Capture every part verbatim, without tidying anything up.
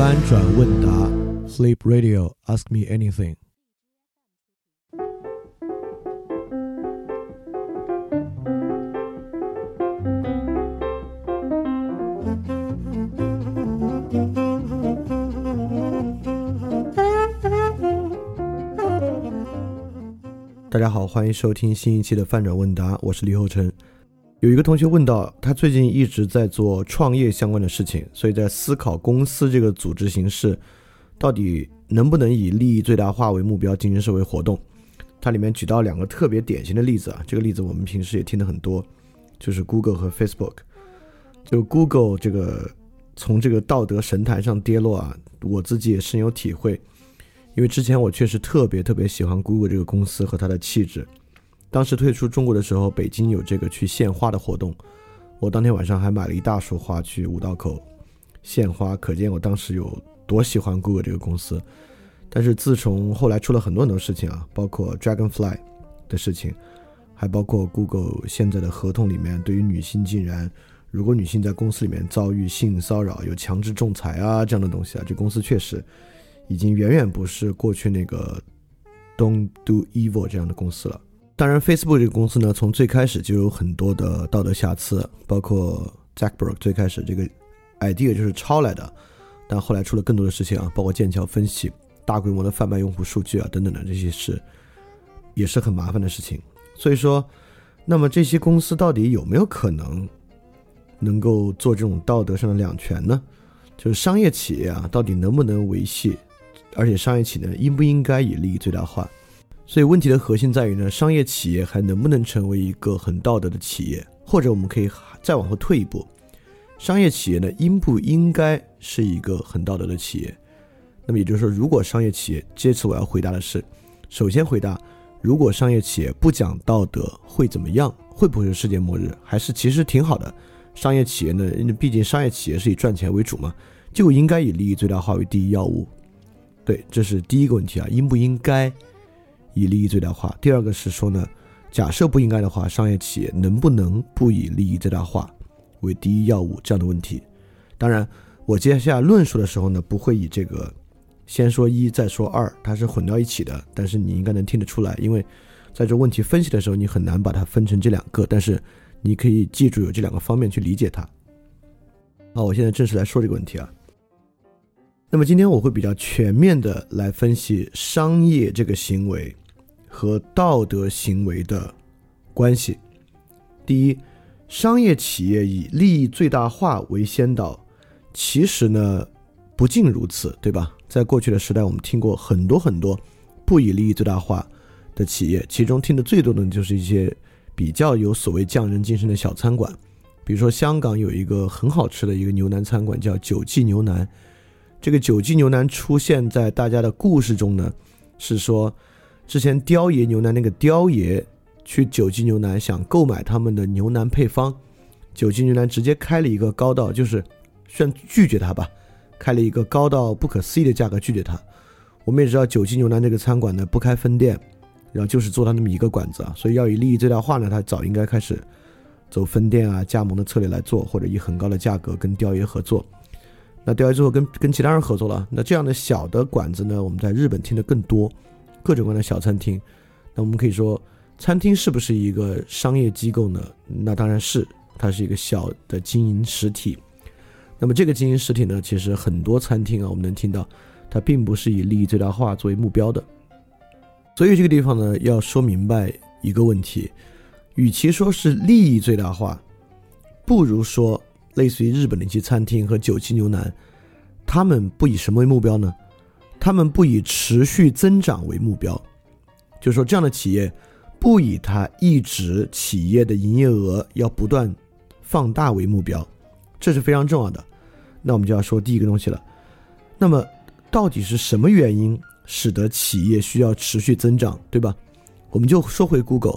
翻转问答 Flip Radio Ask Me Anything。 大家好，欢迎收听新一期的翻转问答，我是李厚成。有一个同学问到，他最近一直在做创业相关的事情，所以在思考公司这个组织形式到底能不能以利益最大化为目标进行社会活动。它里面举到两个特别典型的例子啊，这个例子我们平时也听得很多，就是 Google 和 Facebook。 就 Google 这个从这个道德神坛上跌落啊，我自己也深有体会，因为之前我确实特别特别喜欢 Google 这个公司和它的气质。当时退出中国的时候，北京有这个去献花的活动，我当天晚上还买了一大束花去五道口献花，可见我当时有多喜欢 Google 这个公司。但是自从后来出了很多很多事情啊，包括 Dragonfly 的事情，还包括 Google 现在的合同里面对于女性竟然如果女性在公司里面遭遇性骚扰有强制仲裁啊这样的东西啊，这公司确实已经远远不是过去那个 Don't Do Evil 这样的公司了。当然 Facebook 这个公司呢，从最开始就有很多的道德瑕疵，包括 Zuckerberg 最开始这个 idea 就是抄来的，但后来出了更多的事情啊，包括剑桥分析、大规模的贩卖用户数据啊等等的，这些事也是很麻烦的事情。所以说，那么这些公司到底有没有可能能够做这种道德上的两全呢？就是商业企业啊，到底能不能维系，而且商业企业呢，应不应该以利益最大化？所以问题的核心在于呢，商业企业还能不能成为一个很道德的企业？或者我们可以再往后退一步，商业企业呢，应不应该是一个很道德的企业？那么也就是说，如果商业企业，这次我要回答的是，首先回答，如果商业企业不讲道德会怎么样？会不会是世界末日？还是其实挺好的？商业企业呢，毕竟商业企业是以赚钱为主嘛，就应该以利益最大化为第一要务。对，这是第一个问题啊，应不应该以利益最大化？第二个是说呢，假设不应该的话，商业企业能不能不以利益最大化为第一要务这样的问题。当然我接下来论述的时候呢，不会以这个先说一再说二，它是混到一起的，但是你应该能听得出来，因为在这问题分析的时候你很难把它分成这两个，但是你可以记住有这两个方面去理解它。好，我现在正式来说这个问题啊。那么今天我会比较全面的来分析商业这个行为和道德行为的关系。第一，商业企业以利益最大化为先导，其实呢不尽如此，对吧？在过去的时代，我们听过很多很多不以利益最大化的企业，其中听得最多的就是一些比较有所谓匠人精神的小餐馆。比如说香港有一个很好吃的一个牛腩餐馆叫九记牛腩，这个九记牛腩出现在大家的故事中呢，是说之前雕爷牛腩那个雕爷去九记牛腩想购买他们的牛腩配方，九记牛腩直接开了一个高到就是算拒绝他吧，开了一个高到不可思议的价格拒绝他。我们也知道九记牛腩这个餐馆呢不开分店，然后就是做他那么一个馆子啊，所以要以利益最大化呢，他早应该开始走分店啊加盟的策略来做，或者以很高的价格跟雕爷合作。那雕爷之后跟跟其他人合作了，那这样的小的馆子呢，我们在日本听得更多，各种各样的小餐厅。那我们可以说餐厅是不是一个商业机构呢？那当然是，它是一个小的经营实体。那么这个经营实体呢，其实很多餐厅啊，我们能听到它并不是以利益最大化作为目标的。所以这个地方呢，要说明白一个问题，与其说是利益最大化，不如说类似于日本的一些餐厅和九记牛腩，他们不以什么为目标呢？他们不以持续增长为目标。就是说这样的企业不以它一直企业的营业额要不断放大为目标，这是非常重要的。那我们就要说第一个东西了，那么到底是什么原因使得企业需要持续增长，对吧？我们就说回 Google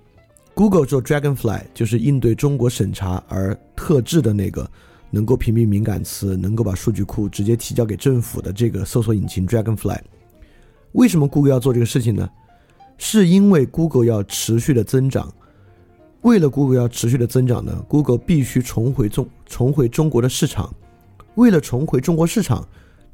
Google 做 Dragonfly 就是应对中国审查而特制的那个能够屏蔽敏感词，能够把数据库直接提交给政府的这个搜索引擎 Dragonfly。 为什么 Google 要做这个事情呢？是因为 Google 要持续的增长。为了 Google 要持续的增长呢， Google 必须重回中重回中国的市场。为了重回中国市场，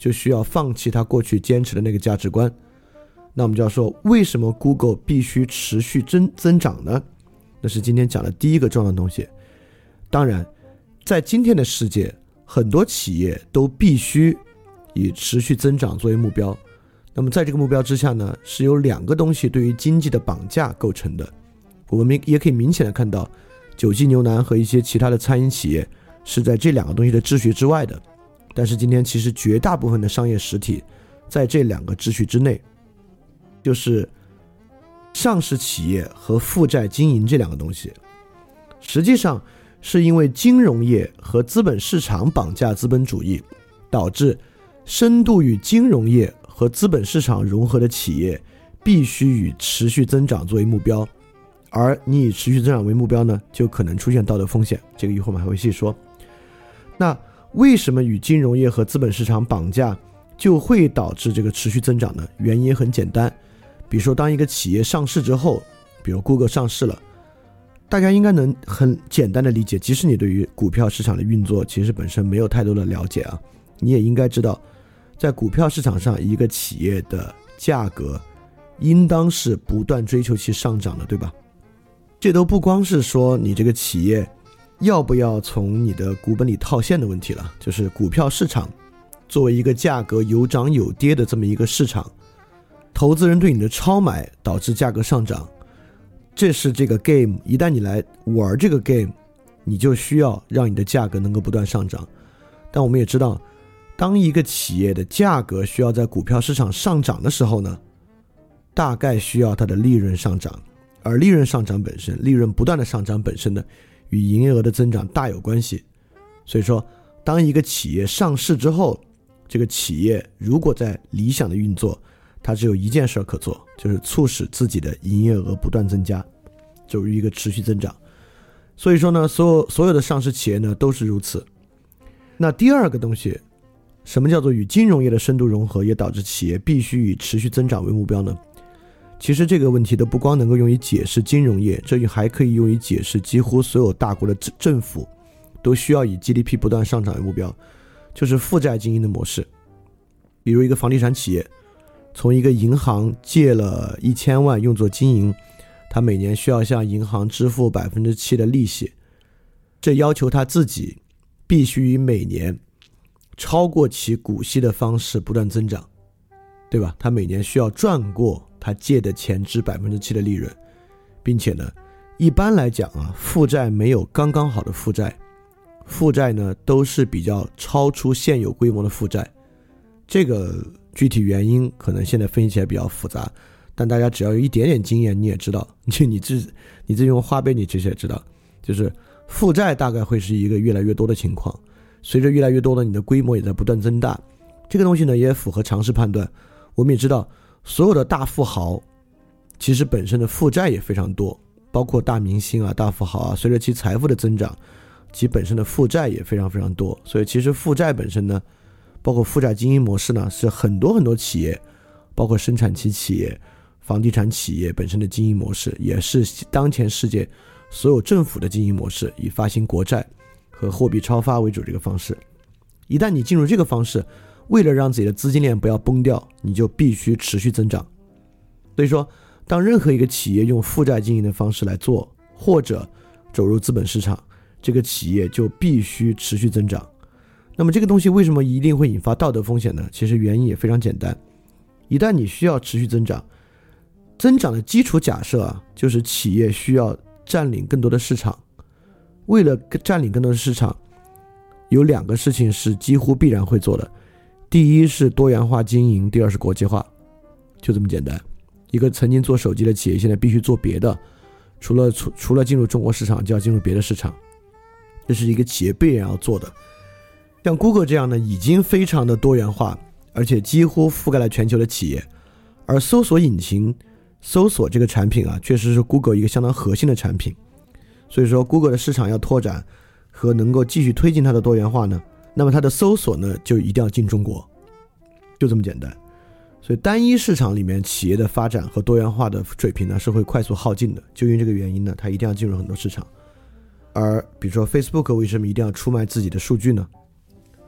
就需要放弃它过去坚持的那个价值观。那我们就要说，为什么 Google 必须持续增增长呢？那是今天讲的第一个重要的东西。当然，在今天的世界，很多企业都必须以持续增长作为目标。那么在这个目标之下呢，是由两个东西对于经济的绑架构成的。我们也可以明显的看到，九记牛腩和一些其他的餐饮企业是在这两个东西的秩序之外的。但是今天其实绝大部分的商业实体在这两个秩序之内，就是上市企业和负债经营这两个东西。实际上是因为金融业和资本市场绑架资本主义，导致深度与金融业和资本市场融合的企业必须以持续增长作为目标，而你以持续增长为目标呢，就可能出现道德风险，这个一会儿我们还会细说。那为什么与金融业和资本市场绑架就会导致这个持续增长呢？原因很简单，比如说当一个企业上市之后，比如 Google 上市了，大家应该能很简单的理解，即使你对于股票市场的运作其实本身没有太多的了解啊，你也应该知道，在股票市场上一个企业的价格应当是不断追求其上涨的，对吧？这都不光是说你这个企业要不要从你的股本里套现的问题了，就是股票市场作为一个价格有涨有跌的这么一个市场，投资人对你的超买导致价格上涨，这是这个 game， 一旦你来玩这个 game， 你就需要让你的价格能够不断上涨。但我们也知道，当一个企业的价格需要在股票市场上涨的时候呢，大概需要它的利润上涨，而利润上涨本身，利润不断的上涨本身呢，与营业额的增长大有关系。所以说当一个企业上市之后，这个企业如果在理想的运作，它只有一件事可做，就是促使自己的营业额不断增加，就是一个持续增长。所以说呢，所有所有的上市企业呢都是如此。那第二个东西，什么叫做与金融业的深度融合也导致企业必须以持续增长为目标呢？其实这个问题都不光能够用于解释金融业，这还可以用于解释几乎所有大国的政府都需要以 G D P 不断上涨为目标，就是负债经营的模式。比如一个房地产企业从一个银行借了一千万用作经营，他每年需要向银行支付 百分之七 的利息，这要求他自己必须以每年超过其股息的方式不断增长，对吧？他每年需要赚过他借的钱之 百分之七 的利润，并且呢，一般来讲啊，负债没有刚刚好的负债，负债呢都是比较超出现有规模的负债。这个具体原因可能现在分析起来比较复杂，但大家只要有一点点经验，你也知道，你你这你这用花呗你其实也知道，就是负债大概会是一个越来越多的情况，随着越来越多的你的规模也在不断增大。这个东西呢也符合常识判断。我们也知道所有的大富豪其实本身的负债也非常多，包括大明星啊、大富豪啊，随着其财富的增长，其本身的负债也非常非常多。所以其实负债本身呢，包括负债经营模式呢，是很多很多企业，包括生产期企业、房地产企业本身的经营模式，也是当前世界所有政府的经营模式，以发行国债和货币超发为主这个方式。一旦你进入这个方式，为了让自己的资金链不要崩掉，你就必须持续增长。所以说当任何一个企业用负债经营的方式来做，或者走入资本市场，这个企业就必须持续增长。那么这个东西为什么一定会引发道德风险呢？其实原因也非常简单，一旦你需要持续增长，增长的基础假设啊，就是企业需要占领更多的市场。为了占领更多的市场，有两个事情是几乎必然会做的，第一是多元化经营，第二是国际化，就这么简单。一个曾经做手机的企业现在必须做别的，除了除除了进入中国市场就要进入别的市场，这是一个企业必然要做的。像 Google 这样的已经非常的多元化，而且几乎覆盖了全球的企业，而搜索引擎搜索这个产品啊，确实是 Google 一个相当核心的产品。所以说 Google 的市场要拓展和能够继续推进它的多元化呢，那么它的搜索呢就一定要进中国，就这么简单。所以单一市场里面企业的发展和多元化的水平呢是会快速耗尽的，就因为这个原因呢，它一定要进入很多市场。而比如说 Facebook 为什么一定要出卖自己的数据呢？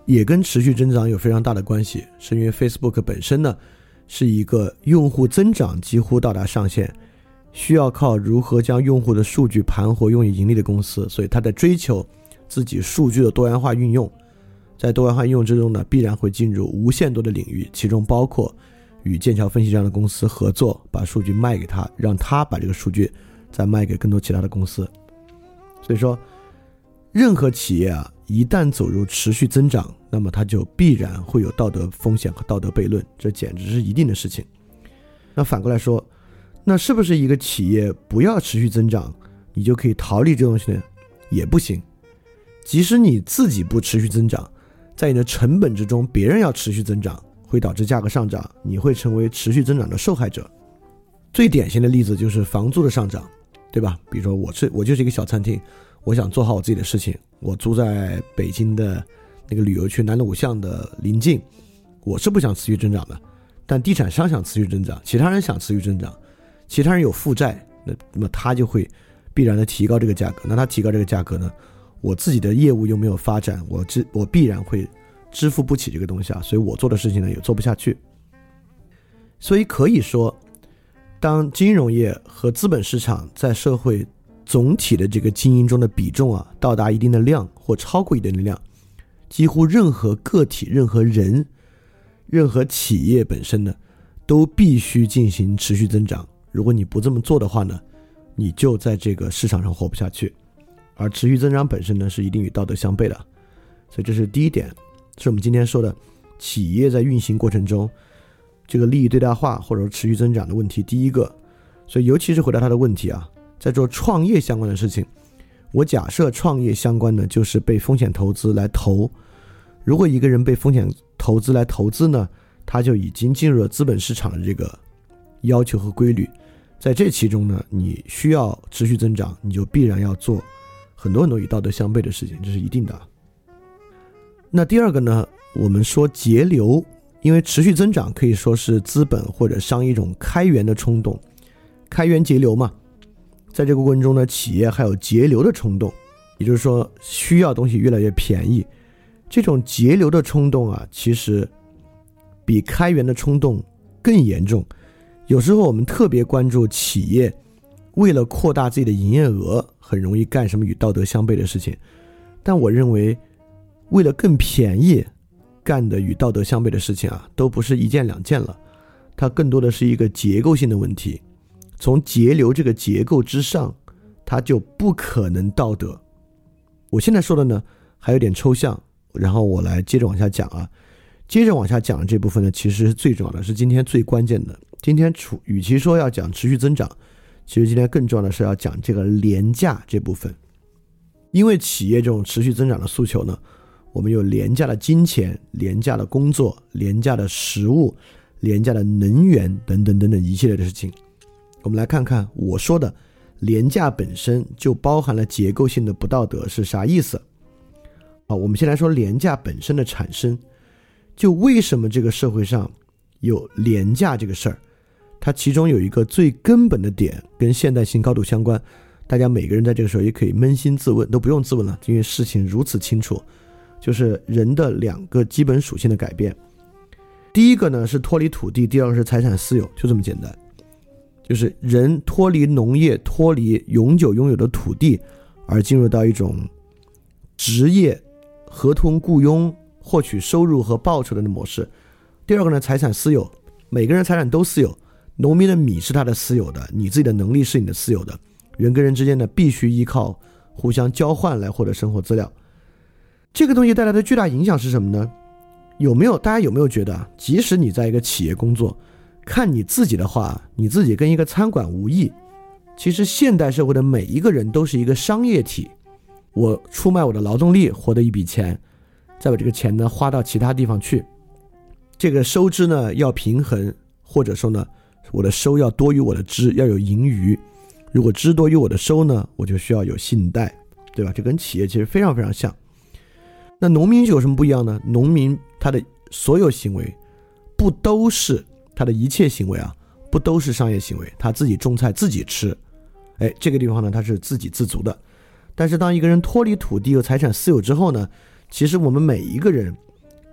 也跟持续增长有非常大的关系，是因为 Facebook 本身呢是一个用户增长几乎到达上限，需要靠如何将用户的数据盘活用于盈利的公司，所以它在追求自己数据的多元化运用。在多元化应用之中呢，必然会进入无限多的领域，其中包括与剑桥分析这样的公司合作，把数据卖给他，让他把这个数据再卖给更多其他的公司。所以说任何企业啊，一旦走入持续增长，那么它就必然会有道德风险和道德悖论，这简直是一定的事情。那反过来说，那是不是一个企业不要持续增长，你就可以逃离这东西呢？也不行。即使你自己不持续增长，在你的成本之中，别人要持续增长，会导致价格上涨，你会成为持续增长的受害者。最典型的例子就是房租的上涨，对吧？比如说我是我就是一个小餐厅，我想做好我自己的事情，我租在北京的那个旅游区南锣鼓巷的临近，我是不想持续增长的，但地产商想持续增长，其他人想持续增长，其他人有负债，那那么他就会必然的提高这个价格。那他提高这个价格呢，我自己的业务又没有发展，我支我必然会支付不起这个东西啊，所以我做的事情呢也做不下去。所以可以说，当金融业和资本市场在社会总体的这个经营中的比重啊到达一定的量或超过一定的量，几乎任何个体、任何人、任何企业本身呢都必须进行持续增长。如果你不这么做的话呢，你就在这个市场上活不下去。而持续增长本身呢是一定与道德相悖的，所以这是第一点，是我们今天说的企业在运行过程中这个利益最大化或者说持续增长的问题第一个。所以尤其是回答他的问题啊，在做创业相关的事情，我假设创业相关的就是被风险投资来投，如果一个人被风险投资来投资呢，他就已经进入了资本市场的这个要求和规律，在这其中呢，你需要持续增长，你就必然要做很多很多与道德相悖的事情，这是一定的。那第二个呢，我们说节流，因为持续增长可以说是资本或者商业一种开源的冲动，开源节流嘛，在这个过程中呢，企业还有节流的冲动，也就是说需要东西越来越便宜。这种节流的冲动啊，其实比开源的冲动更严重。有时候我们特别关注企业为了扩大自己的营业额，很容易干什么与道德相悖的事情，但我认为为了更便宜干的与道德相悖的事情啊，都不是一件两件了，它更多的是一个结构性的问题。从节流这个结构之上，它就不可能道德。我现在说的呢还有点抽象，然后我来接着往下讲啊。接着往下讲的这部分呢，其实是最重要的，是今天最关键的。今天与其说要讲持续增长，其实今天更重要的是要讲这个廉价这部分。因为企业这种持续增长的诉求呢，我们有廉价的金钱、廉价的工作、廉价的食物、廉价的能源等等等等一系列的事情。我们来看看我说的廉价本身就包含了结构性的不道德是啥意思。好，我们先来说廉价本身的产生。就为什么这个社会上有廉价这个事儿，它其中有一个最根本的点跟现代性高度相关，大家每个人在这个时候也可以扪心自问，都不用自问了，因为事情如此清楚，就是人的两个基本属性的改变。第一个呢是脱离土地，第二个是财产私有，就这么简单。就是人脱离农业，脱离永久拥有的土地，而进入到一种职业合同雇佣获取收入和报酬的模式。第二个呢，财产私有，每个人财产都私有，农民的米是他的私有的，你自己的能力是你的私有的，人跟人之间呢必须依靠互相交换来获得生活资料。这个东西带来的巨大影响是什么呢？有没有大家有没有觉得，即使你在一个企业工作，看你自己的话，你自己跟一个餐馆无异，其实现代社会的每一个人都是一个商业体，我出卖我的劳动力获得一笔钱，再把这个钱呢花到其他地方去，这个收支呢要平衡，或者说呢我的收要多于我的支，要有盈余。如果支多于我的收呢，我就需要有信贷，对吧？这跟企业其实非常非常像。那农民有什么不一样呢？农民他的所有行为不都是他的一切行为啊，不都是商业行为，他自己种菜自己吃，哎，这个地方呢他是自给自足的。但是当一个人脱离土地和财产私有之后呢，其实我们每一个人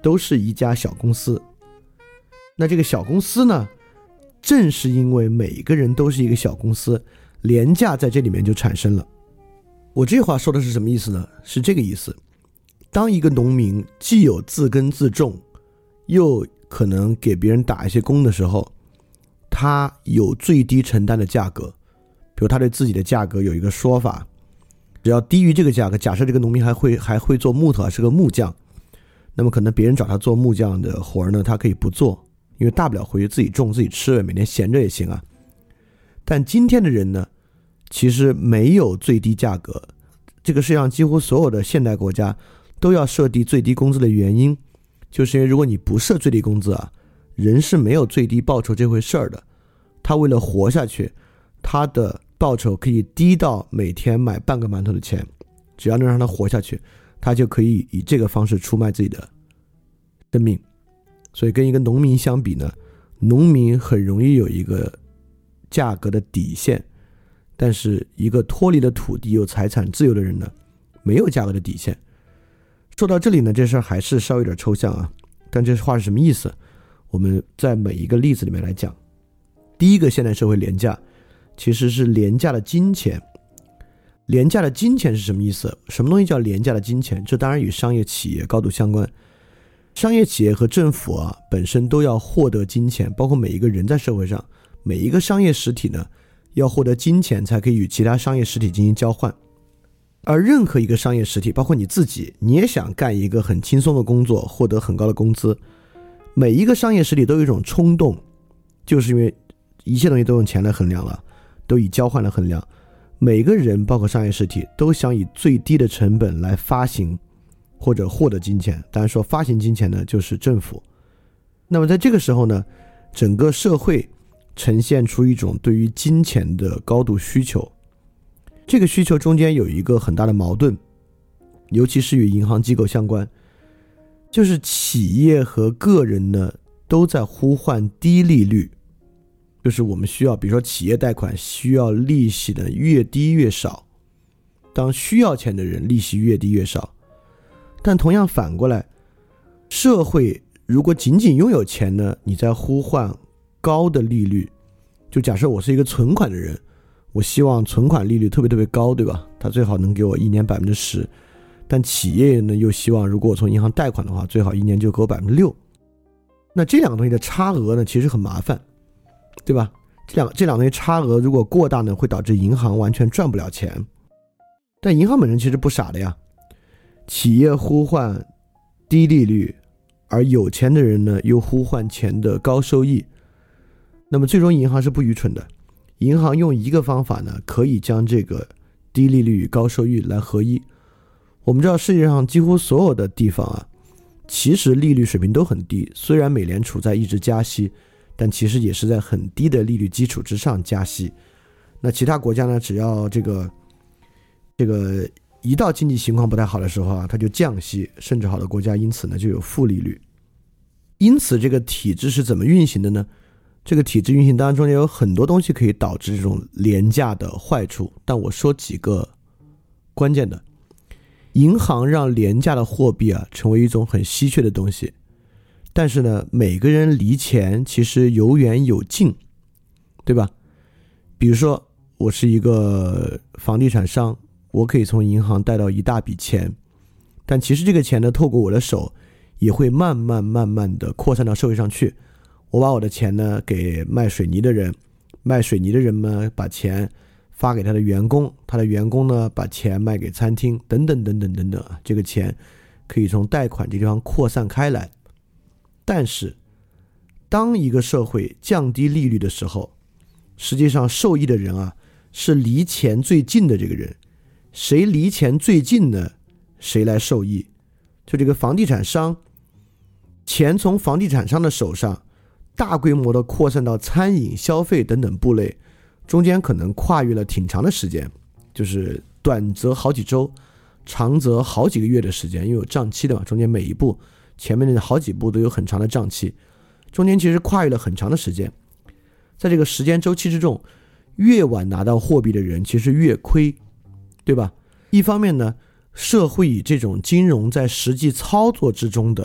都是一家小公司。那这个小公司呢，正是因为每个人都是一个小公司，廉价在这里面就产生了。我这话说的是什么意思呢？是这个意思。当一个农民既有自耕自种，又可能给别人打一些工的时候，他有最低承担的价格，比如他对自己的价格有一个说法，只要低于这个价格，假设这个农民还会还会做木头，是个木匠，那么可能别人找他做木匠的活呢，他可以不做，因为大不了回去自己种自己吃，每天闲着也行啊。但今天的人呢，其实没有最低价格，这个世界上几乎所有的现代国家都要设定最低工资的原因，就是因为如果你不设最低工资啊，人是没有最低报酬这回事儿的。他为了活下去，他的报酬可以低到每天买半个馒头的钱，只要能让他活下去，他就可以以这个方式出卖自己的生命。所以跟一个农民相比呢，农民很容易有一个价格的底线，但是一个脱离了土地有财产自由的人呢，没有价格的底线。说到这里呢，这事儿还是稍微有点抽象啊，但这话是什么意思？我们在每一个例子里面来讲。第一个现代社会廉价，其实是廉价的金钱。廉价的金钱是什么意思？什么东西叫廉价的金钱？这当然与商业企业高度相关。商业企业和政府啊，本身都要获得金钱，包括每一个人在社会上，每一个商业实体呢，要获得金钱才可以与其他商业实体进行交换。而任何一个商业实体，包括你自己，你也想干一个很轻松的工作，获得很高的工资。每一个商业实体都有一种冲动，就是因为一切东西都用钱来衡量了，都以交换来衡量。每个人包括商业实体都想以最低的成本来发行或者获得金钱，当然说发行金钱呢就是政府。那么在这个时候呢，整个社会呈现出一种对于金钱的高度需求。这个需求中间有一个很大的矛盾，尤其是与银行机构相关，就是企业和个人呢都在呼唤低利率，就是我们需要，比如说企业贷款需要利息的越低越少，当需要钱的人利息越低越少。但同样反过来，社会如果仅仅拥有钱呢，你在呼唤高的利率，就假设我是一个存款的人，我希望存款利率特别特别高，对吧？它最好能给我一年百分之十，但企业呢又希望如果我从银行贷款的话，最好一年就给我百分之六。那这两个东西的差额呢，其实很麻烦，对吧？这两这两个东西差额如果过大呢，会导致银行完全赚不了钱。但银行本身其实不傻的呀，企业呼唤低利率，而有钱的人呢又呼唤钱的高收益。那么最终银行是不愚蠢的，银行用一个方法呢，可以将这个低利率与高收益来合一。我们知道世界上几乎所有的地方啊，其实利率水平都很低，虽然美联储在一直加息，但其实也是在很低的利率基础之上加息。那其他国家呢，只要这个这个一到经济情况不太好的时候啊，它就降息，甚至好的国家因此呢就有负利率。因此这个体制是怎么运行的呢？这个体制运行当中有很多东西可以导致这种廉价的坏处，但我说几个关键的。银行让廉价的货币啊成为一种很稀缺的东西，但是呢，每个人离钱其实有远有近，对吧？比如说我是一个房地产商，我可以从银行贷到一大笔钱，但其实这个钱呢，透过我的手也会慢慢慢慢的扩散到社会上去。我把我的钱呢给卖水泥的人，卖水泥的人呢把钱发给他的员工，他的员工呢把钱卖给餐厅，等等等等等等啊，这个钱可以从贷款这地方扩散开来。但是当一个社会降低利率的时候，实际上受益的人啊是离钱最近的这个人，谁离钱最近呢，谁来受益。就这个房地产商，钱从房地产商的手上大规模的扩散到餐饮、消费等等部类，中间可能跨越了挺长的时间，就是短则好几周，长则好几个月的时间，因为有账期的嘛，中间每一步前面的好几步都有很长的账期，中间其实跨越了很长的时间。在这个时间周期之中，越晚拿到货币的人其实越亏，对吧？一方面呢，社会以这种金融在实际操作之中的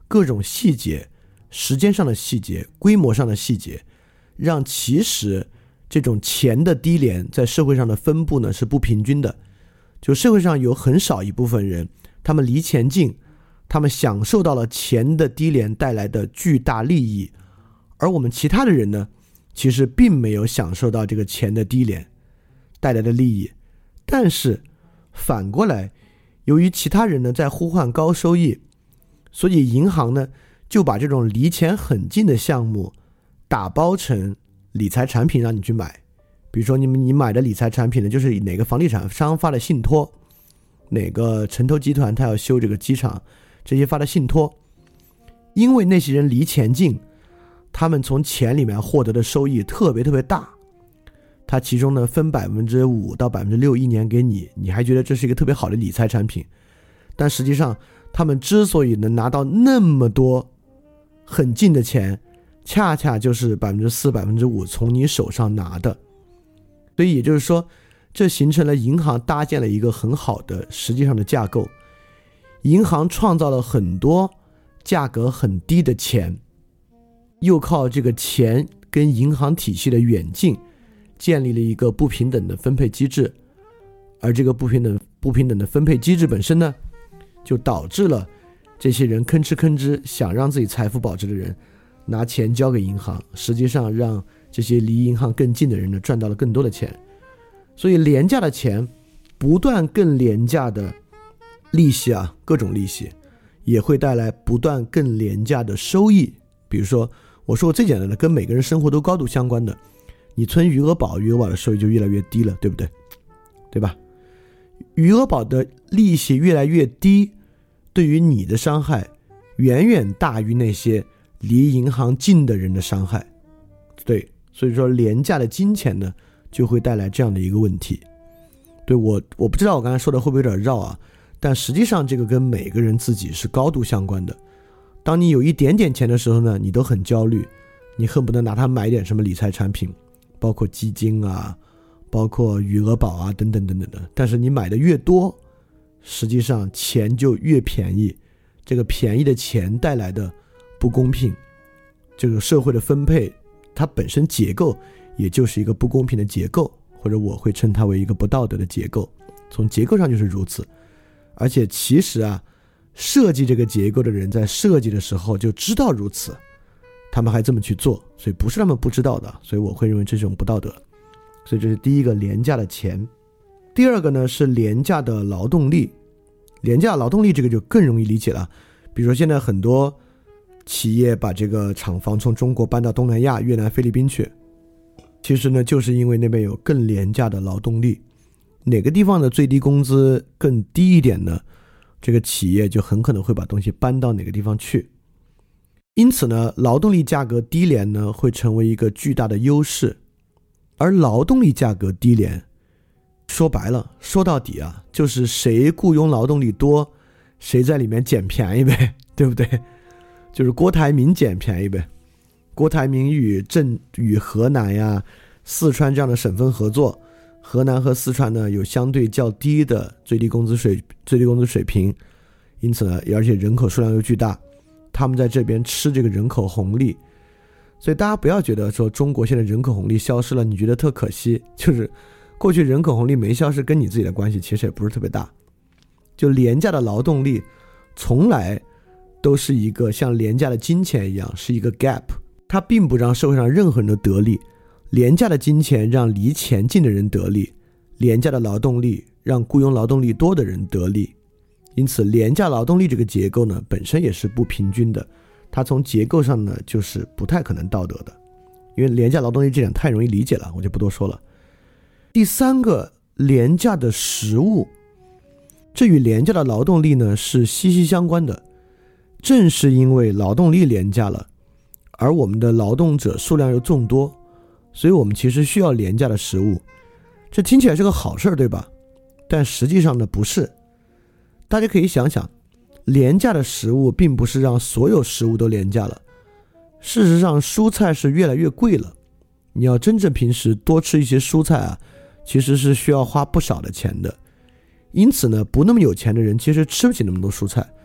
各种细节，时间上的细节，规模上的细节，让其实这种钱的低廉在社会上的分布呢是不平均的。就社会上有很少一部分人，他们离钱近，他们享受到了钱的低廉带来的巨大利益，而我们其他的人呢，其实并没有享受到这个钱的低廉带来的利益。但是反过来，由于其他人呢在呼唤高收益，所以银行呢就把这种离钱很近的项目打包成理财产品让你去买。比如说你们你买的理财产品呢，就是哪个房地产商发的信托，哪个城投集团他要修这个机场，这些发的信托。因为那些人离钱近，他们从钱里面获得的收益特别特别大，他其中呢分百分之五到百分之六一年给你，你还觉得这是一个特别好的理财产品。但实际上他们之所以能拿到那么多很近的钱，恰恰就是百分之四百分之五从你手上拿的。所以也就是说，这形成了银行搭建了一个很好的实际上的架构。银行创造了很多价格很低的钱，又靠这个钱跟银行体系的远近建立了一个不平等的分配机制。而这个不平等不平等的分配机制本身呢，就导致了这些人吭哧吭哧想让自己财富保值的人拿钱交给银行，实际上让这些离银行更近的人呢赚到了更多的钱。所以廉价的钱不断更廉价的利息啊，各种利息也会带来不断更廉价的收益。比如说我说过最简单的，跟每个人生活都高度相关的，你存余额宝，余额宝的收益就越来越低了，对不对？对吧？余额宝的利息越来越低，对于你的伤害远远大于那些离银行近的人的伤害。对，所以说廉价的金钱呢就会带来这样的一个问题。对，我我不知道我刚才说的会不会有点绕啊，但实际上这个跟每个人自己是高度相关的。当你有一点点钱的时候呢，你都很焦虑，你恨不得拿它买点什么理财产品，包括基金啊，包括余额宝啊等等等等的。但是你买的越多，实际上钱就越便宜，这个便宜的钱带来的不公平，这个社会的分配它本身结构也就是一个不公平的结构，或者我会称它为一个不道德的结构，从结构上就是如此。而且其实啊，设计这个结构的人在设计的时候就知道如此，他们还这么去做，所以不是他们不知道的，所以我会认为这种不道德。所以这是第一个，廉价的钱。第二个呢是廉价的劳动力。廉价劳动力这个就更容易理解了，比如说现在很多企业把这个厂房从中国搬到东南亚、越南、菲律宾去，其实呢就是因为那边有更廉价的劳动力。哪个地方的最低工资更低一点呢，这个企业就很可能会把东西搬到哪个地方去。因此呢，劳动力价格低廉呢会成为一个巨大的优势。而劳动力价格低廉，说白了，说到底啊，就是谁雇佣劳动力多，谁在里面捡便宜呗，对不对？就是郭台铭捡便宜呗。郭台铭与郑与河南呀、四川这样的省份合作，河南和四川呢有相对较低的最低工资水最低工资水平，因此呢，而且人口数量又巨大，他们在这边吃这个人口红利。所以大家不要觉得说中国现在人口红利消失了你觉得特可惜，就是过去人口红利没消失跟你自己的关系其实也不是特别大。就廉价的劳动力从来都是一个像廉价的金钱一样，是一个 gap， 它并不让社会上任何人都得利。廉价的金钱让离钱近的人得利，廉价的劳动力让雇佣劳动力多的人得利。因此廉价劳动力这个结构呢本身也是不平均的，它从结构上呢就是不太可能道德的，因为廉价劳动力这点太容易理解了，我就不多说了。第三个，廉价的食物，这与廉价的劳动力呢是息息相关的。正是因为劳动力廉价了，而我们的劳动者数量又众多，所以我们其实需要廉价的食物。这听起来是个好事，对吧？但实际上呢不是。大家可以想想，廉价的食物并不是让所有食物都廉价了，事实上蔬菜是越来越贵了。你要真正平时多吃一些蔬菜啊，其实是需要花不少的钱的。因此呢，不那么有钱的人其实吃不起那么多蔬菜，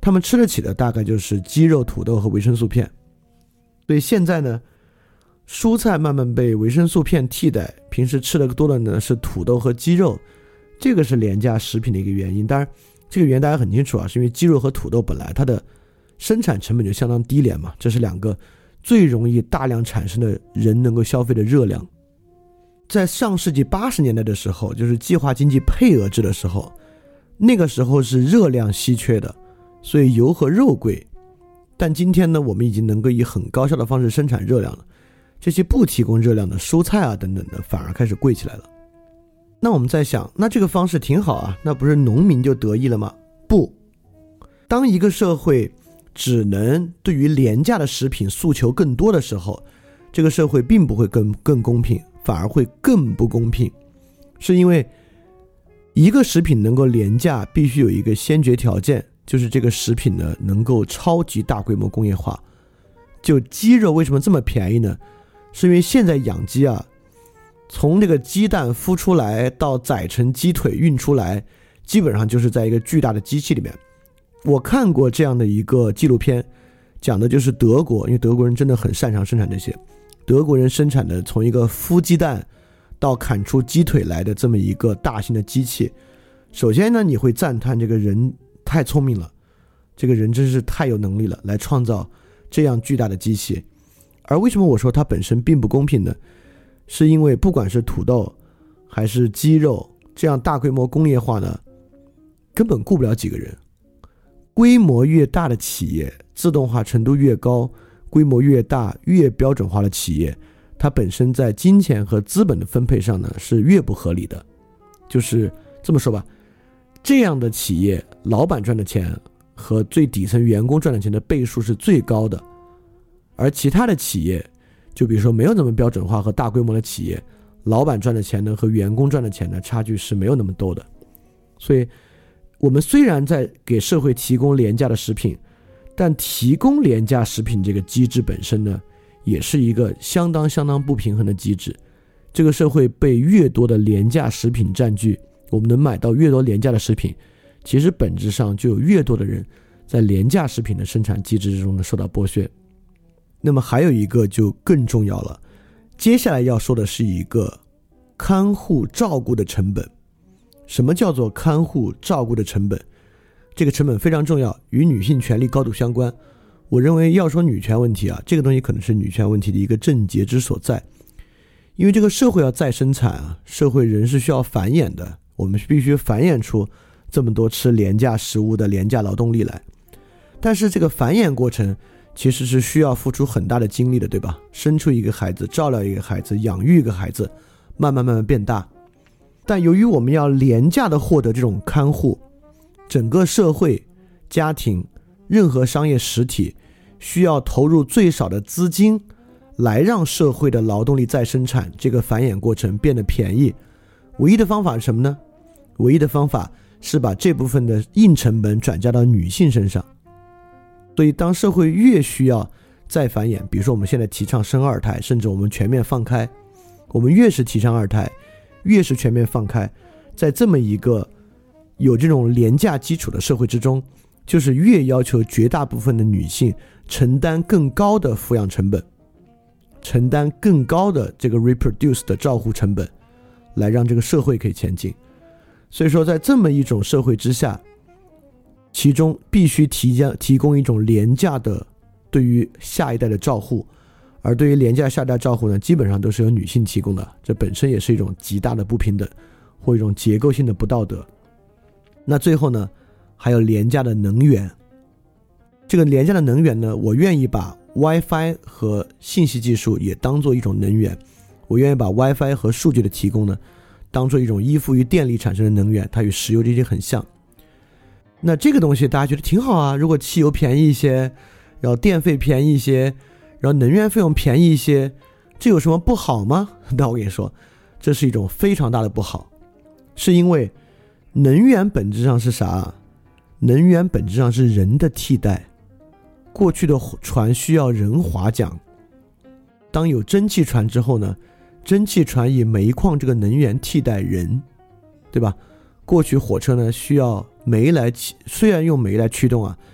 他们吃得起的大概就是鸡肉、土豆和维生素片。所以现在呢，蔬菜慢慢被维生素片替代，平时吃的多的呢是土豆和鸡肉，这个是廉价食品的一个原因。当然这个原因大家很清楚啊，是因为鸡肉和土豆本来它的生产成本就相当低廉嘛，这是两个最容易大量产生的人能够消费的热量。在上世纪八十年代的时候，就是计划经济配额制的时候，那个时候是热量稀缺的，所以油和肉贵。但今天呢，我们已经能够以很高效的方式生产热量了，这些不提供热量的蔬菜啊等等的反而开始贵起来了。那我们在想，那这个方式挺好啊，那不是农民就得益了吗？不，当一个社会只能对于廉价的食品诉求更多的时候，这个社会并不会更更公平，反而会更不公平。是因为一个食品能够廉价，必须有一个先决条件，就是这个食品呢能够超级大规模工业化。就鸡肉为什么这么便宜呢？是因为现在养鸡啊，从这个鸡蛋孵出来到宰成鸡腿运出来，基本上就是在一个巨大的机器里面。我看过这样的一个纪录片，讲的就是德国，因为德国人真的很擅长生产这些，德国人生产的从一个孵鸡蛋到砍出鸡腿来的这么一个大型的机器。首先呢，你会赞叹这个人太聪明了，这个人真是太有能力了，来创造这样巨大的机器。而为什么我说它本身并不公平呢？是因为不管是土豆还是鸡肉，这样大规模工业化呢，根本雇不了几个人。规模越大的企业，自动化程度越高，规模越大越标准化的企业，它本身在金钱和资本的分配上呢是越不合理的。就是这么说吧，这样的企业老板赚的钱和最底层员工赚的钱的倍数是最高的，而其他的企业，就比如说没有那么标准化和大规模的企业，老板赚的钱呢和员工赚的钱的差距是没有那么多的。所以我们虽然在给社会提供廉价的食品，但提供廉价食品这个机制本身呢，也是一个相当相当不平衡的机制。这个社会被越多的廉价食品占据，我们能买到越多廉价的食品，其实本质上就有越多的人在廉价食品的生产机制之中呢受到剥削。那么还有一个就更重要了，接下来要说的是一个看护照顾的成本。什么叫做看护照顾的成本？这个成本非常重要，与女性权利高度相关。我认为要说女权问题啊，这个东西可能是女权问题的一个症结之所在。因为这个社会要再生产啊，社会人是需要繁衍的，我们必须繁衍出这么多吃廉价食物的廉价劳动力来。但是这个繁衍过程其实是需要付出很大的精力的，对吧？生出一个孩子，照料一个孩子，养育一个孩子，慢慢慢慢变大。但由于我们要廉价的获得这种看护，整个社会、家庭、任何商业实体需要投入最少的资金来让社会的劳动力再生产这个繁衍过程变得便宜。唯一的方法是什么呢？唯一的方法是把这部分的硬成本转嫁到女性身上。所以当社会越需要再繁衍，比如说我们现在提倡生二胎，甚至我们全面放开，我们越是提倡二胎，越是全面放开，在这么一个有这种廉价基础的社会之中，就是越要求绝大部分的女性承担更高的抚养成本，承担更高的这个 reproduce 的照护成本，来让这个社会可以前进。所以说在这么一种社会之下，其中必须提提供一种廉价的对于下一代的照护，而对于廉价下一代照护呢，基本上都是由女性提供的，这本身也是一种极大的不平等或一种结构性的不道德。那最后呢，还有廉价的能源。这个廉价的能源呢，我愿意把 WiFi 和信息技术也当做一种能源，我愿意把 WiFi 和数据的提供呢当做一种依附于电力产生的能源，它与石油这些很像。那这个东西大家觉得挺好啊，如果汽油便宜一些，然后电费便宜一些，然后能源费用便宜一些，这有什么不好吗？那我跟你说，这是一种非常大的不好。是因为能源本质上是啥？能源本质上是人的替代。过去的船需要人划桨，当有蒸汽船之后呢，蒸汽船以煤矿这个能源替代人，对吧？过去火车呢需要煤来，虽然用煤来驱动啊，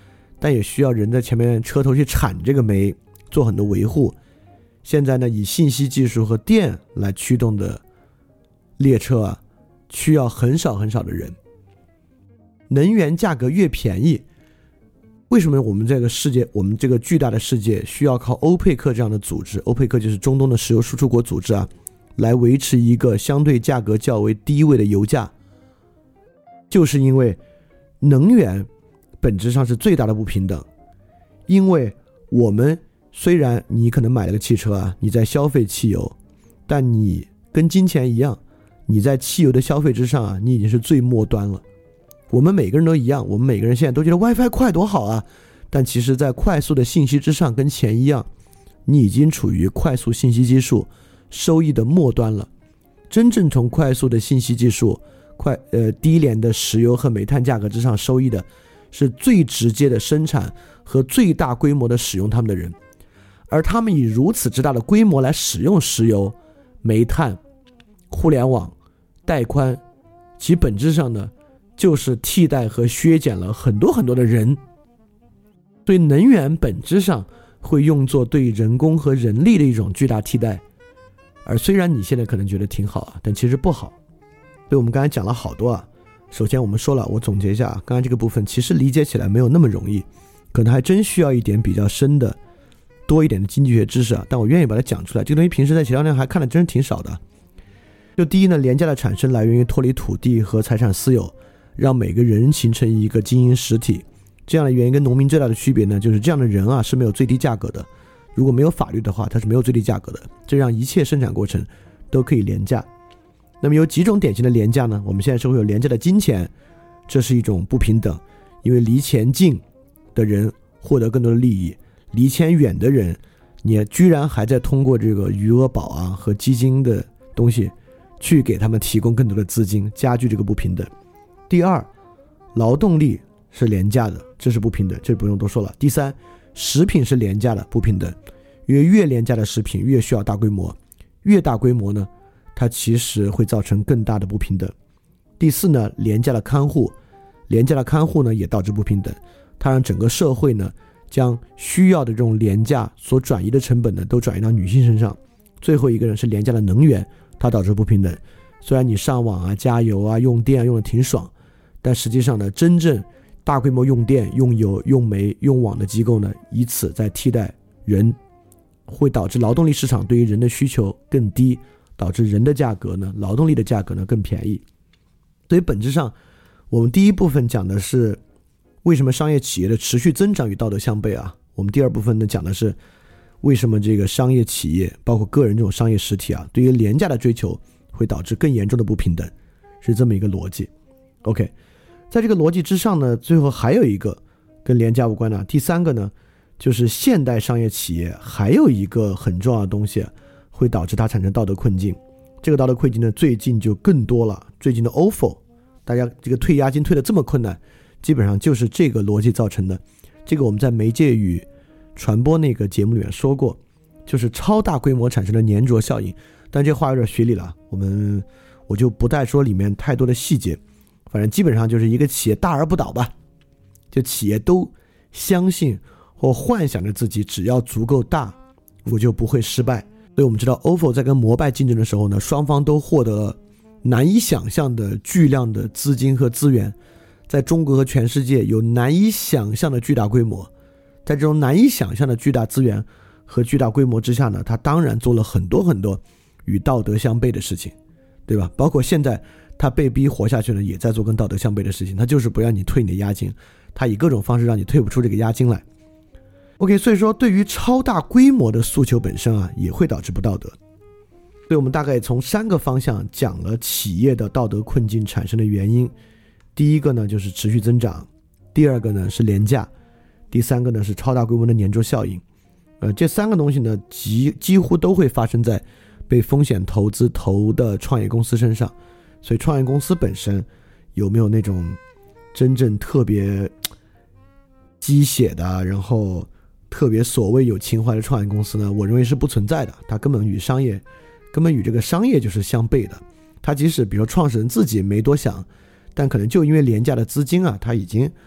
但也需要人在前面车头去铲这个煤，做很多维护。现在呢，以信息技术和电来驱动的列车啊，需要很少很少的人。能源价格越便宜，为什么我们这个世界，我们这个巨大的世界需要靠欧佩克这样的组织，欧佩克就是中东的石油输出国组织啊，来维持一个相对价格较为低位的油价，就是因为能源本质上是最大的不平等。因为我们虽然你可能买了个汽车啊，你在消费汽油，但你跟金钱一样，你在汽油的消费之上啊，你已经是最末端了。我们每个人都一样，我们每个人现在都觉得 WiFi 快多好啊，但其实在快速的信息之上，跟钱一样，你已经处于快速信息技术收益的末端了。真正从快速的信息技术快呃低廉的石油和煤炭价格之上收益的，是最直接的生产和最大规模的使用它们的人。而他们以如此之大的规模来使用石油、煤炭、互联网、带宽，其本质上呢，就是替代和削减了很多很多的人。所以能源本质上会用作对人工和人力的一种巨大替代。而虽然你现在可能觉得挺好啊，但其实不好。所以我们刚才讲了好多啊。首先我们说了，我总结一下啊，刚才这个部分其实理解起来没有那么容易，可能还真需要一点比较深的多一点的经济学知识啊，但我愿意把它讲出来。这个东西平时在其他地方还看的真是挺少的。就第一呢，廉价的产生来源于脱离土地和财产私有，让每个人形成一个经营实体。这样的原因跟农民最大的区别呢，就是这样的人啊是没有最低价格的。如果没有法律的话，它是没有最低价格的，这让一切生产过程都可以廉价。那么有几种典型的廉价呢？我们现在社会有廉价的金钱，这是一种不平等，因为离钱近的人获得更多的利益，离钱远的人，你居然还在通过这个余额宝啊和基金的东西去给他们提供更多的资金，加剧这个不平等。第二，劳动力是廉价的，这是不平等，这不用多说了。第三，食品是廉价的，不平等，因为越廉价的食品越需要大规模，越大规模呢，它其实会造成更大的不平等。第四呢，廉价的看护，廉价的看护呢也导致不平等，它让整个社会呢将需要的这种廉价所转移的成本呢都转移到女性身上。最后一个呢是廉价的能源，它导致不平等。虽然你上网啊、加油啊、用电啊用的挺爽，但实际上呢，真正大规模用电、用油、用煤、用网的机构呢，以此在替代人，会导致劳动力市场对于人的需求更低，导致人的价格呢，劳动力的价格呢更便宜。所以本质上，我们第一部分讲的是为什么商业企业的持续增长与道德相悖啊。我们第二部分呢讲的是为什么这个商业企业，包括个人这种商业实体啊，对于廉价的追求会导致更严重的不平等，是这么一个逻辑。OK。在这个逻辑之上呢，最后还有一个跟廉价无关的，第三个呢，就是现代商业企业还有一个很重要的东西会导致它产生道德困境。这个道德困境呢，最近就更多了。最近的 O F O， 大家这个退押金退得这么困难，基本上就是这个逻辑造成的。这个我们在媒介与传播那个节目里面说过，就是超大规模产生的粘着效应。但这话有点学理了，我们我就不再说里面太多的细节。反正基本上就是一个企业大而不倒吧，就企业都相信或幻想着自己只要足够大，我就不会失败。所以我们知道 O F O 在跟摩拜竞争的时候呢，双方都获得了难以想象的巨量的资金和资源，在中国和全世界有难以想象的巨大规模。在这种难以想象的巨大资源和巨大规模之下呢，他当然做了很多很多与道德相悖的事情，对吧？包括现在他被逼活下去呢，也在做跟道德相悖的事情，他就是不让你退你的押金，他以各种方式让你退不出这个押金来。OK， 所以说对于超大规模的诉求本身啊，也会导致不道德。所以我们大概从三个方向讲了企业的道德困境产生的原因。第一个呢就是持续增长，第二个呢是廉价，第三个呢是超大规模的粘着效应。呃，这三个东西呢，几几乎都会发生在被风险投资投的创业公司身上。所以创业公司本身有没有那种真正特别鸡血的，然后特别所谓有情怀的创业公司呢？我认为是不存在的，它根本与商业根本与这个商业就是相悖的。它即使比如说创始人自己没多想，但可能就因为廉价的资金啊，他已经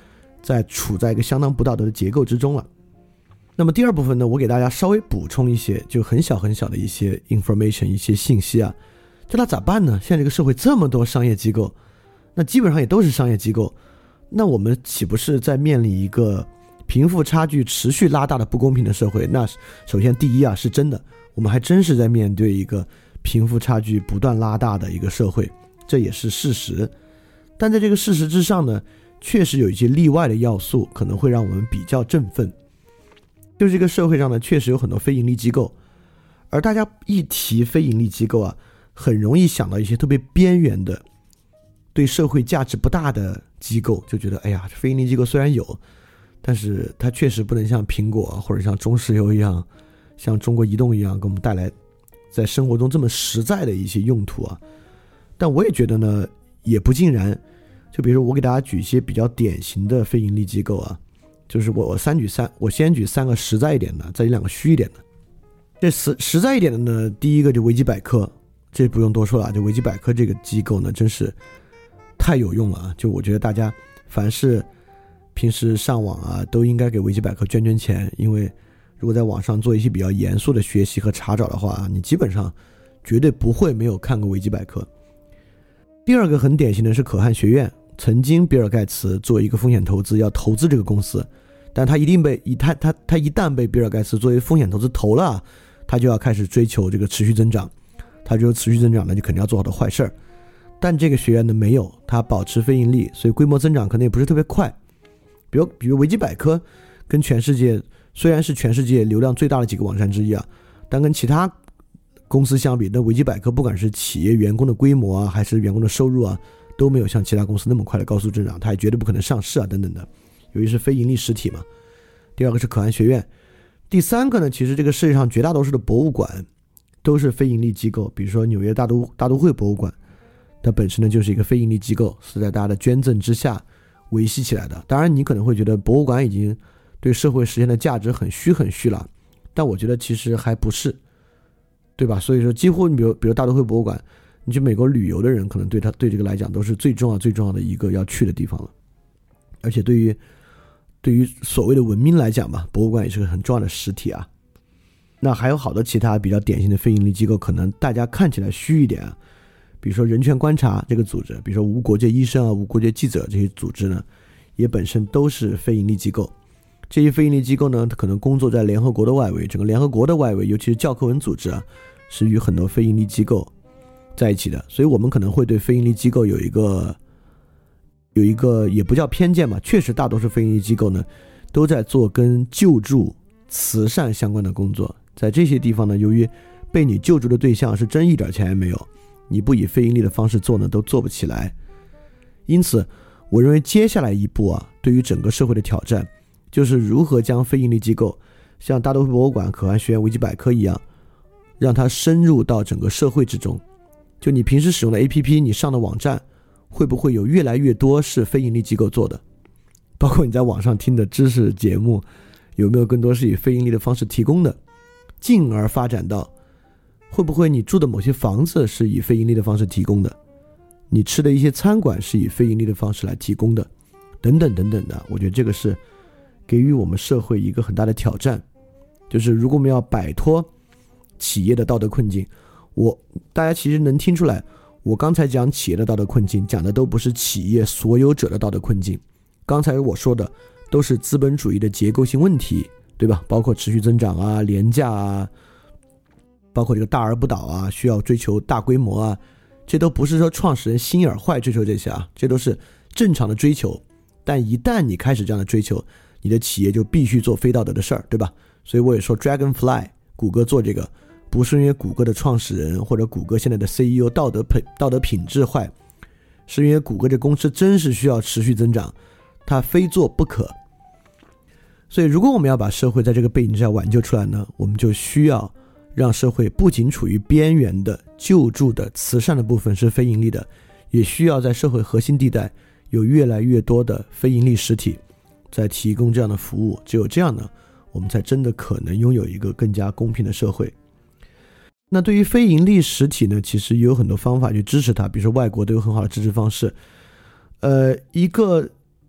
在处在一个相当不道德的结构之中了。那么第二部分呢，我给大家稍微补充一些就很小很小的一些 information 一些信息啊。就那咋办呢？现在这个社会这么多商业机构，那基本上也都是商业机构，那我们岂不是在面临一个贫富差距持续拉大的不公平的社会？那首先第一啊，是真的，我们还真是在面对一个贫富差距不断拉大的一个社会，这也是事实。但在这个事实之上呢，确实有一些例外的要素可能会让我们比较振奋。就这个社会上呢，确实有很多非盈利机构，而大家一提非盈利机构啊，很容易想到一些特别边缘的对社会价值不大的机构，就觉得哎呀，非盈利机构虽然有，但是它确实不能像苹果或者像中石油一样，像中国移动一样给我们带来在生活中这么实在的一些用途啊。但我也觉得呢，也不尽然。就比如说我给大家举一些比较典型的非盈利机构啊，就是我我三举三，我先举三个实在一点的，再举两个虚一点的。这实实在一点的呢，第一个就维基百科，这不用多说了，就维基百科这个机构呢，真是太有用了啊！就我觉得大家凡是平时上网啊，都应该给维基百科捐捐钱，因为如果在网上做一些比较严肃的学习和查找的话，你基本上绝对不会没有看过维基百科。第二个很典型的是可汗学院，曾经比尔盖茨作为一个风险投资要投资这个公司，但他一定被他他他一旦被比尔盖茨作为风险投资投了，他就要开始追求这个持续增长，他就持续增长呢，就肯定要做好的坏事儿。但这个学院呢没有，它保持非盈利，所以规模增长可能也不是特别快。比如比如维基百科跟全世界虽然是全世界流量最大的几个网站之一啊，但跟其他公司相比，那维基百科不管是企业员工的规模啊，还是员工的收入啊，都没有像其他公司那么快的高速增长，它也绝对不可能上市啊等等的，由于是非盈利实体嘛。第二个是可汗学院。第三个呢，其实这个世界上绝大多数的博物馆都是非盈利机构，比如说纽约大都大都会博物馆，它本身呢就是一个非盈利机构，是在大家的捐赠之下维系起来的。当然你可能会觉得博物馆已经对社会实现的价值很虚很虚了，但我觉得其实还不是，对吧？所以说几乎你比如比如大都会博物馆，你去美国旅游的人可能对它对这个来讲都是最重要最重要的一个要去的地方了。而且对于对于所谓的文明来讲吧，博物馆也是个很重要的实体啊。那还有好多其他比较典型的非盈利机构，可能大家看起来虚一点啊，比如说人权观察这个组织，比如说无国界医生啊、无国界记者这些组织呢，也本身都是非盈利机构。这些非盈利机构呢，它可能工作在联合国的外围，整个联合国的外围，尤其是教科文组织啊，是与很多非盈利机构在一起的。所以我们可能会对非盈利机构有一个有一个也不叫偏见嘛，确实大多数非盈利机构呢都在做跟救助、慈善相关的工作。在这些地方呢，由于被你救助的对象是真一点钱也没有，你不以非盈利的方式做呢，都做不起来。因此我认为接下来一步啊，对于整个社会的挑战就是如何将非盈利机构像大都会博物馆、可汗学院、维基百科一样，让它深入到整个社会之中。就你平时使用的 A P P， 你上的网站会不会有越来越多是非盈利机构做的，包括你在网上听的知识节目有没有更多是以非盈利的方式提供的，进而发展到会不会你住的某些房子是以非盈利的方式提供的，你吃的一些餐馆是以非盈利的方式来提供的，等等等等的。我觉得这个是给予我们社会一个很大的挑战，就是如果我们要摆脱企业的道德困境，我大家其实能听出来，我刚才讲企业的道德困境讲的都不是企业所有者的道德困境，刚才我说的都是资本主义的结构性问题，对吧？包括持续增长啊、廉价啊，包括这个大而不倒啊，需要追求大规模啊，这都不是说创始人心眼坏追求这些啊，这都是正常的追求。但一旦你开始这样的追求，你的企业就必须做非道德的事儿，对吧？所以我也说 Dragonfly 谷歌做这个不是因为谷歌的创始人或者谷歌现在的 C E O 道德品道德品质坏，是因为谷歌这公司真是需要持续增长，它非做不可。所以如果我们要把社会在这个背景之下挽救出来呢，我们就需要让社会不仅处于边缘的救助的慈善的部分是非盈利的，也需要在社会核心地带有越来越多的非盈利实体在提供这样的服务。只有这样呢，我们才真的可能拥有一个更加公平的社会。那对于非盈利实体呢，其实也有很多方法去支持它，比如说外国都有很好的支持方式。呃，一个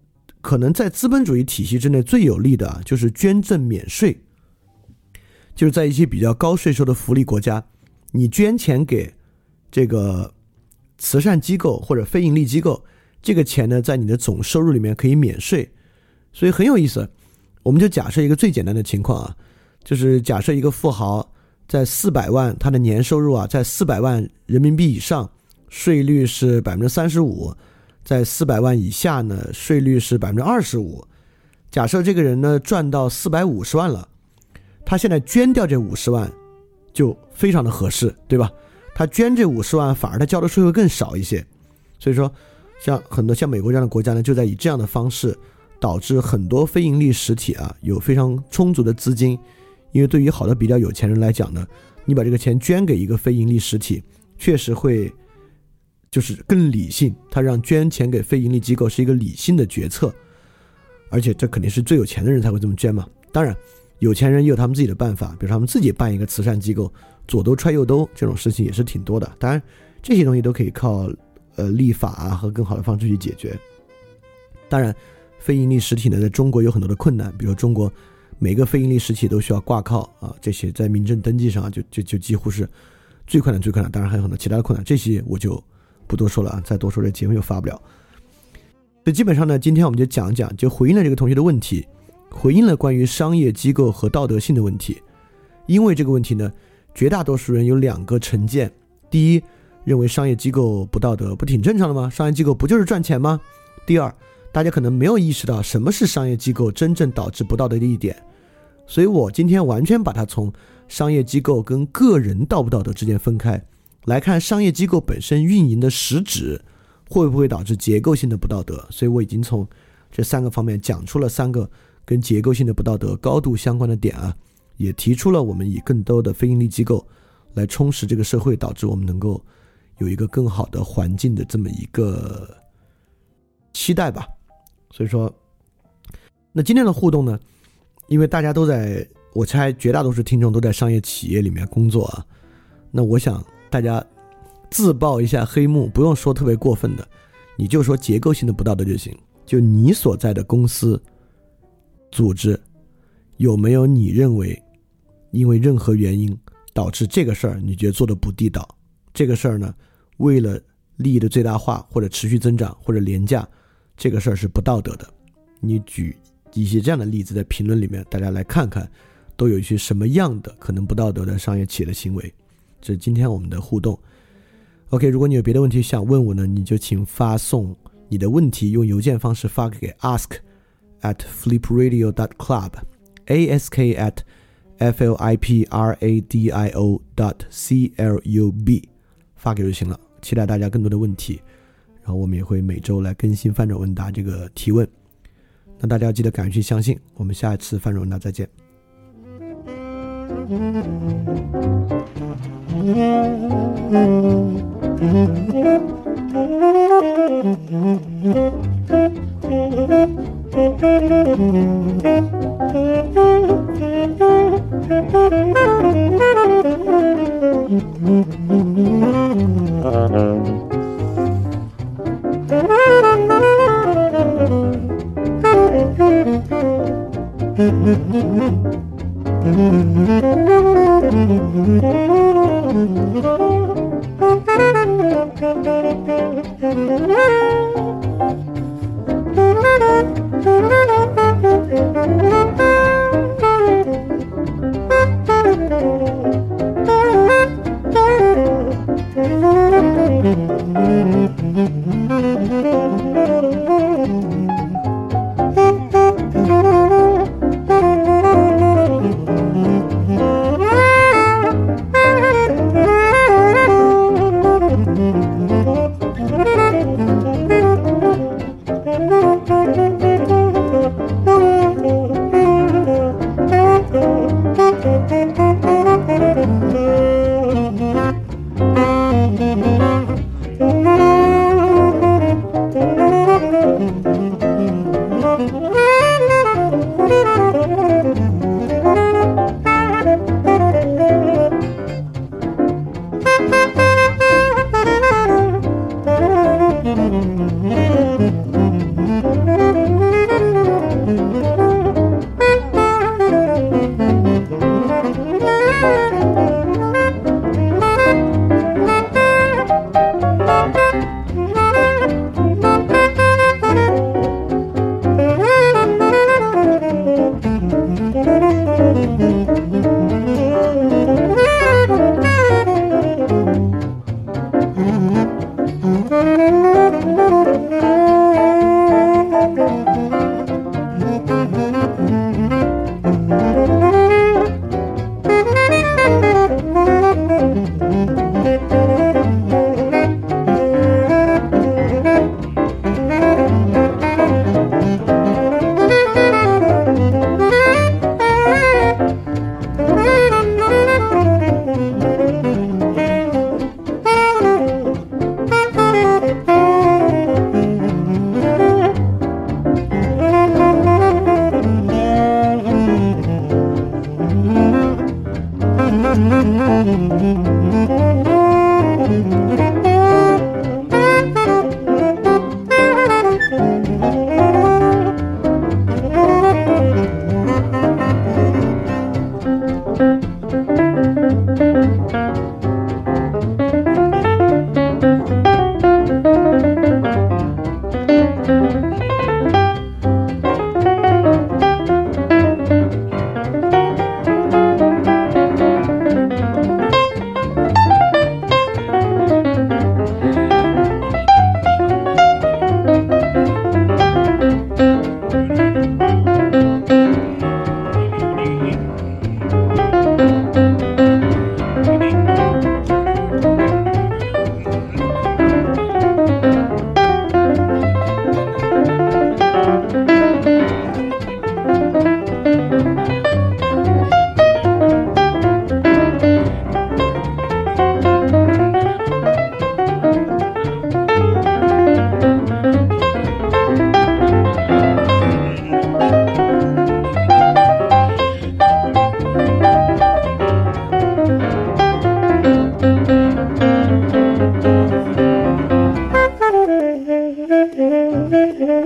可能在资本主义体系之内最有利的、啊、就是捐赠免税，就是在一些比较高税收的福利国家，你捐钱给这个慈善机构或者非盈利机构，这个钱呢在你的总收入里面可以免税。所以很有意思，我们就假设一个最简单的情况啊，就是假设一个富豪在四百万，他的年收入啊在四百万人民币以上，税率是 百分之三十五， 在四百万以下呢，税率是 百分之二十五。 假设这个人呢赚到四百五十万了，他现在捐掉这五十万就非常的合适，对吧？他捐这五十万反而他交的税会更少一些。所以说像很多像美国这样的国家呢，就在以这样的方式导致很多非盈利实体啊有非常充足的资金。因为对于好多比较有钱人来讲呢，你把这个钱捐给一个非盈利实体确实会就是更理性，他让捐钱给非盈利机构是一个理性的决策，而且这肯定是最有钱的人才会这么捐嘛。当然有钱人也有他们自己的办法，比如他们自己办一个慈善机构，左兜揣右兜，这种事情也是挺多的。当然这些东西都可以靠呃立法啊和更好的方式去解决。当然非盈利实体呢在中国有很多的困难，比如中国每个非盈利实体都需要挂靠啊，这些在民政登记上、啊、就就就几乎是最困难最困难。当然还有很多其他的困难，这些我就不多说了啊，再多说这节目又发不了。所以基本上呢，今天我们就讲讲，就回应了这个同学的问题，回应了关于商业机构和道德性的问题。因为这个问题呢，绝大多数人有两个成见：第一，认为商业机构不道德，不挺正常的吗？商业机构不就是赚钱吗？第二，大家可能没有意识到什么是商业机构真正导致不道德的一点。所以我今天完全把它从商业机构跟个人道不道德之间分开来看，商业机构本身运营的实质会不会导致结构性的不道德。所以我已经从这三个方面讲出了三个跟结构性的不道德高度相关的点啊，也提出了我们以更多的非盈利机构来充实这个社会，导致我们能够有一个更好的环境的这么一个期待吧。所以说那今天的互动呢，因为大家都在，我猜绝大多数听众都在商业企业里面工作啊，那我想大家自曝一下黑幕，不用说特别过分的，你就说结构性的不道德就行。就你所在的公司组织有没有你认为因为任何原因导致这个事儿你觉得做的不地道，这个事儿呢为了利益的最大化或者持续增长或者廉价，这个事儿是不道德的。你举一些这样的例子在评论里面，大家来看看都有一些什么样的可能不道德的商业企业的行为。这是今天我们的互动。 OK， 如果你有别的问题想问我呢，你就請发送你的问题用邮件方式发给 ask at flipradio dot club ask at flipradio dot club 发给就行了。期待大家更多的问题，然后我们也会每周来更新翻转问答这个提问。那大家要记得敢于去相信，我们下一次翻转问答再见。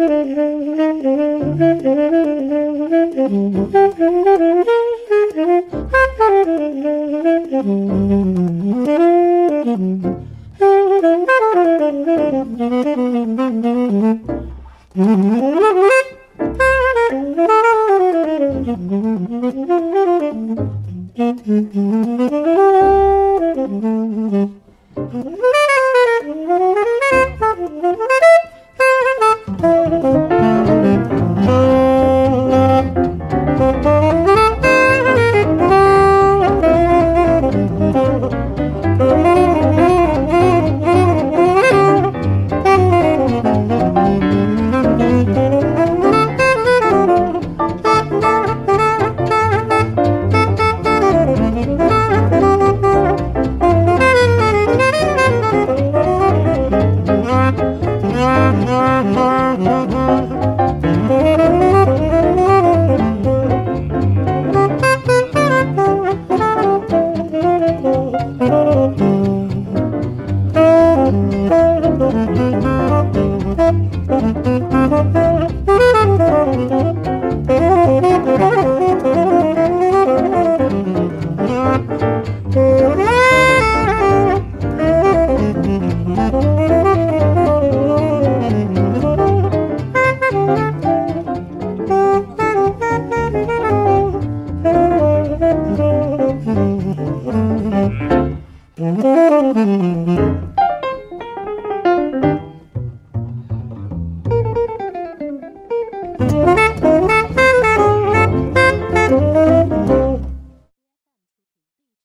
Mm-hmm.